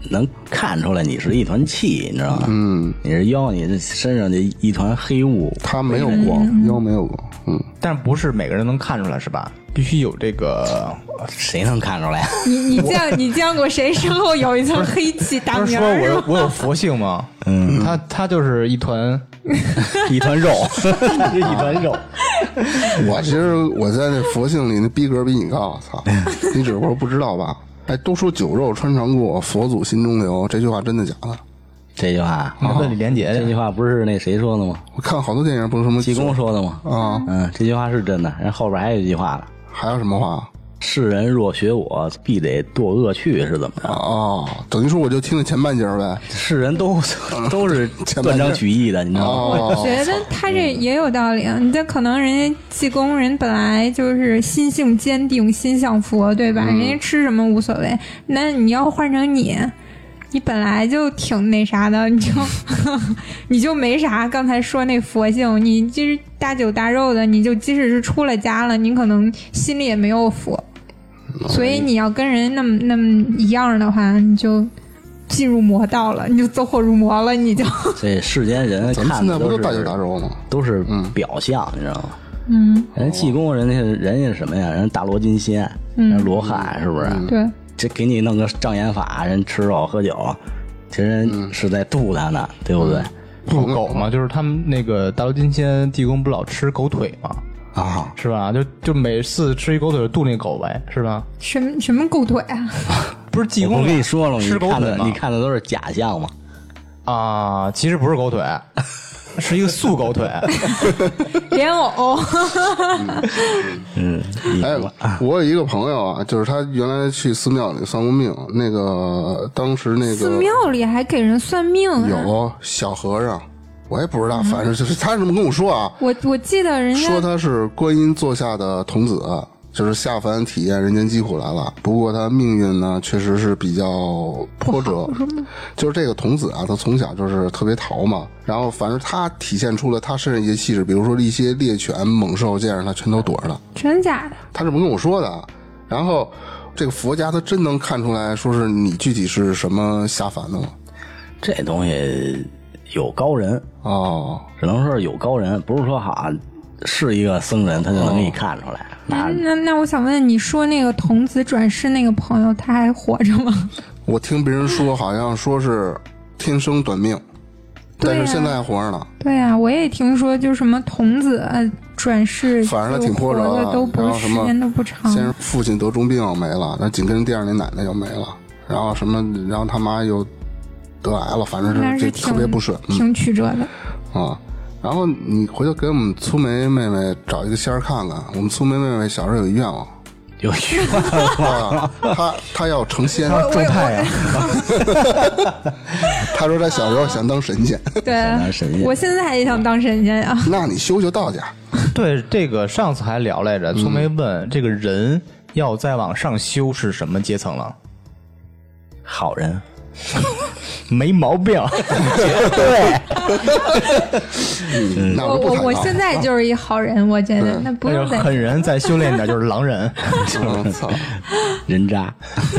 能看出来你是一团气，你知道吗？ 嗯， 你是妖，你这身上就一团黑雾。 他没有光，妖没有光，嗯， 但不是每个人能看出来是吧？必须有这个， 谁能看出来？ 你你见你见过谁身后有一层黑气大名不是说我儿吗？ 有我有佛性吗？嗯，他他就是一团一团肉，一团肉。 我其实我在那佛性里那逼格比你高，操！你只不过不知道吧？哎，都说酒肉穿肠过，佛祖心中留，这句话真的假的？ 这句话， 问李连杰这句话不是那谁说的吗？ 我看好多电影不是什么济公说的吗？ 啊， 嗯，这句话是真的。然后后边还有一句话呢， 还有什么话？ 世人若学我，必得堕恶趣，是怎么着？ 哦，等于说我就听了前半截儿呗。 世人都都是断章取义的，你知道吗？ 哦， 我觉得他这也有道理啊，你这可能人家济公人本来就是心性坚定，心向佛，对吧？人家吃什么无所谓。那你要换成你，你本来就挺那啥的，你就你就没啥。刚才说那佛性，你就是大酒大肉的，你就即使是出了家了，你可能心里也没有佛。所以你要跟人那么那么一样的话，你就进入魔道了，你就走火入魔了，你就这世间人咱们看的都现在不都大酒是大肉吗？ 都是表象，你知道吗？ 嗯， 人济公人家人家什么呀？人大罗金仙，人罗汉是不是？ 对。 这给你弄个障眼法，人吃肉喝酒，其实人是在渡他呢，对不对？ 渡狗嘛，就是他们那个大罗金仙济公不老吃狗腿吗？ 啊， 是吧？就就每次吃一狗腿就渡那狗呗，是吧？ 什么什么狗腿啊？ 不是济公我跟你说了， 吃你看狗腿吗？ 的你看的都是假象嘛。 啊，其实不是狗腿，是一个素狗腿。 莲藕。 嗯， 哎，我有一个朋友啊，就是他原来去寺庙里算过命，那个当时那个寺庙里还给人算命啊？ 有小和尚，我也不知道，反正就是他这么跟我说啊， 我我记得人家说他是观音座下的童子，就是下凡体验人间疾苦来了。不过他命运呢，确实是比较波折。就是这个童子啊，他从小就是特别淘嘛，然后反正他体现出了他身上一些气质，比如说一些猎犬、猛兽见着他全都躲着他。 真假的？ 他这么跟我说的。然后这个佛家他真能看出来说是你具体是什么下凡的吗？ 这东西有高人哦， 只能说是有高人，不是说好是一个僧人他就能给你看出来。 那那那我想问，你说那个童子转世那个朋友，他还活着吗？ 我听别人说好像说是天生短命，但是现在还活着呢。 对啊，我也听说，就什么童子呃转世， 反正他挺波折的， 都不然后什么时间都不长。 先是父亲得重病没了，然后紧跟着第二年奶奶就没了，然后什么，然后他妈又得癌了，反正是这特别不顺， 挺曲折的啊。然后你回头给我们粗梅妹妹找一个仙儿看看，我们粗梅妹妹小时候有一愿望， 有愿望，她她要成仙， 种太阳。 她说她小时候想当神仙， 对， 当神仙我现在也想当神仙啊。 那你修修道去。 对，这个上次还聊来着，粗梅问这个人要再往上修是什么阶层了？ 好人。 没毛病， 对。 嗯， 我我我现在就是一好人，我觉得那不用再狠人再修炼点就是狼人。 我操， 人渣。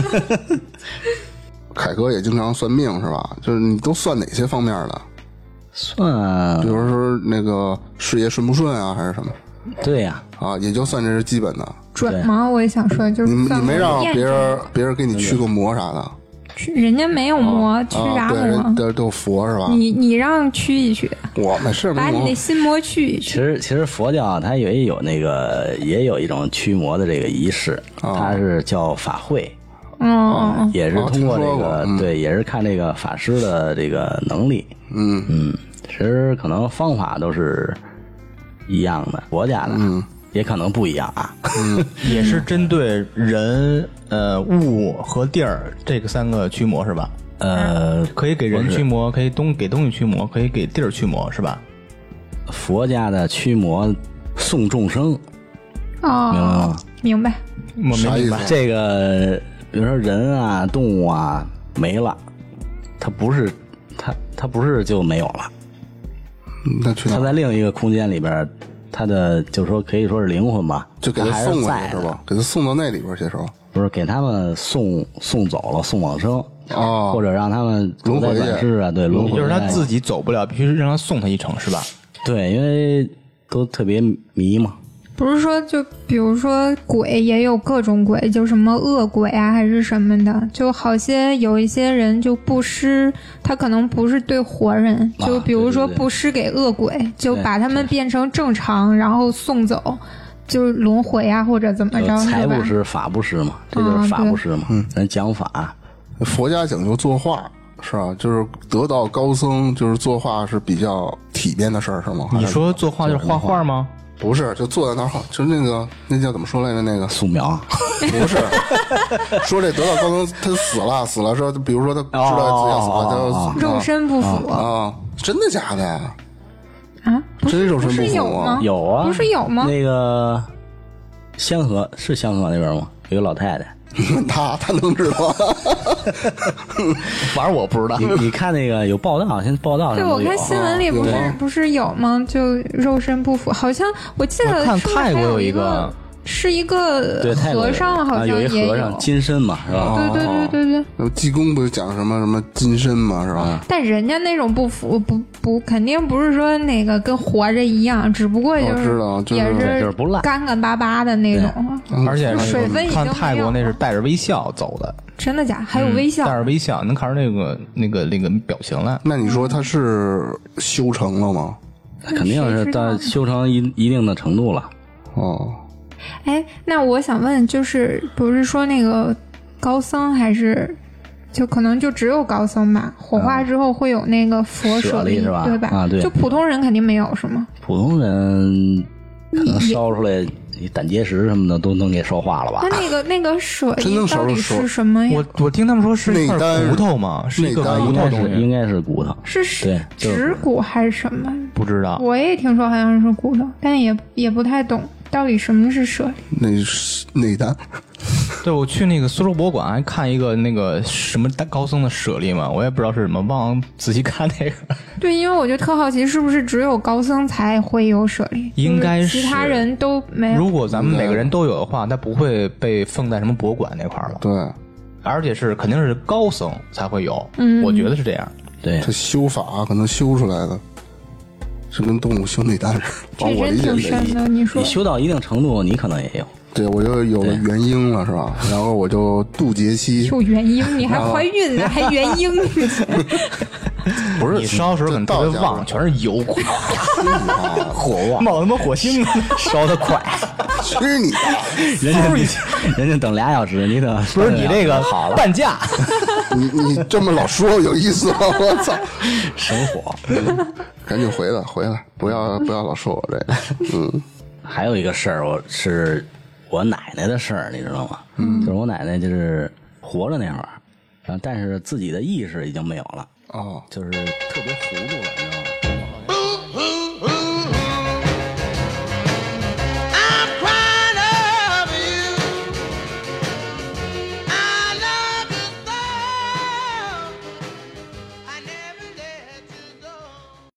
凯哥也经常算命是吧？就是你都算哪些方面的？ 算， 比如说那个事业顺不顺啊，还是什么？ 对呀、 啊，也就算这是基本的。 准吗？我也想说，就是你算你没让验别人证别人给你驱个魔啥的？ 人家没有魔，驱啥啊、对，人魔？ 都都有佛是吧？ 你你让驱一驱， 我没事， 把你那心魔驱一驱。 其实其实佛教它也有那个也有一种驱魔的这个仪式， 哦它是叫法会， 嗯， 也是通过这哦听说过个、 嗯对，也是看这个法师的这个能力。 嗯嗯，其实可能方法都是一样的，国家的、 嗯、 也可能不一样啊。 嗯， 也是针对人、呃物和地儿这个三个驱魔是吧？ 呃， 可以给人驱魔，可以东给东西驱魔，可以给地儿驱魔是吧？ 佛家的驱魔送众生， 哦， 明白吗？ 明白。 我啥意思没明白。 这个比如说人啊、动物啊没了，它不是它它不是就没有了， 那去哪儿？ 它在另一个空间里边，它的就是说可以说是灵魂吧， 就给他它还送过在的去是吧？给他送到那里边去是吧？ 不是给他们送送走了，送往生， 哦， 或者让他们投胎转世啊，对，轮回。 就是他自己走不了，必须让他送他一程，是吧？ 对，因为都特别迷嘛。 不是说就比如说鬼也有各种鬼，就什么恶鬼啊还是什么的，就好些有一些人就布施，他可能不是对活人， 啊、 就比如说对对对布施给恶鬼，就把他们变成正常，然后送走，就是轮回啊或者怎么着， 财布是吧？ 施、法布施嘛，这就是法布施嘛。嗯，咱讲法， 佛家讲究作画。是吧？就是得道高僧，就是作画是比较体面的事儿，是吗？ 你说作画就是画画吗？ 不是，就坐在那儿，就那个那叫怎么说来着？那个素描？ 不是，说这得道高僧他死了，死了说，比如说他知道自己要死了， 他肉身不腐啊？真的假的？ 啊？ 真肉身不腐有吗？ 有啊， 不是有吗？ 那个香河是香河那边吗？有个老太太。 他他能知道？ 反正我不知道。 你你看那个有报道，现在报道上对，我看新闻里不是不是有吗？就肉身不腐，好像我记得看泰国有一个， 是一个和尚，好像有一和尚金身嘛，是吧？ 对对对对对。济公不是讲什么什么金身嘛，是吧？ 但人家那种不腐不不，肯定不是说那个跟活着一样，只不过就是也是不烂干干巴巴的那种。 而且水分已经看泰国那是带着微笑走的， 真的假？还有微笑， 带着微笑能看出那个那个那个表情来。 那你说他是修成了吗？ 肯定是到修成一一定的程度了。 哦， 哎，那我想问，就是不是说那个高僧还是？就可能就只有高僧吧，火化之后会有那个佛舍利， 是吧？ 对吧？ 啊，对。 就普通人肯定没有，是吗？ 普通人可能烧出来，胆结石什么的都能给烧化了吧？ 那那个那个舍利到底是什么呀？ 我我听他们说是一块骨头嘛，是一个骨头东西， 应该是骨头， 是对指骨还是什么？ 不知道。 我也听说好像是骨头，但也也不太懂到底什么是舍利。 那是内丹。 对，我去那个苏州博物馆还看一个那个什么高僧的舍利嘛，我也不知道是什么，忘了仔细看那个。 对，因为我就特好奇，是不是只有高僧才会有舍利？ 应该是， 其他人都没有。 如果咱们每个人都有的话，那不会被封在什么博物馆那块了。 对， 而且是肯定是高僧才会有， 嗯， 我觉得是这样。 对， 这修法可能修出来的。是跟动物修内丹似的， 这真挺深的。你说你修到一定程度，你可能也有。 对，我就有了元婴了，是吧？然后我就渡劫期。 有元婴，你还怀孕呢，还元婴？ 不是， 你烧的时候可能特别旺，全是油，火旺，冒他妈火星，烧得快。 去你的！ 人家人家等俩小时，你等不是你这个好了半价。 你你这么老说有意思吗？我操！ 生火， 赶紧回来回来，不要不要老说我这个。嗯， 还有一个事儿，我是我奶奶的事儿，你知道吗？嗯，就是我奶奶就是活着那会儿，然后但是自己的意识已经没有了。 哦， 就是特别糊涂了，你知道吗？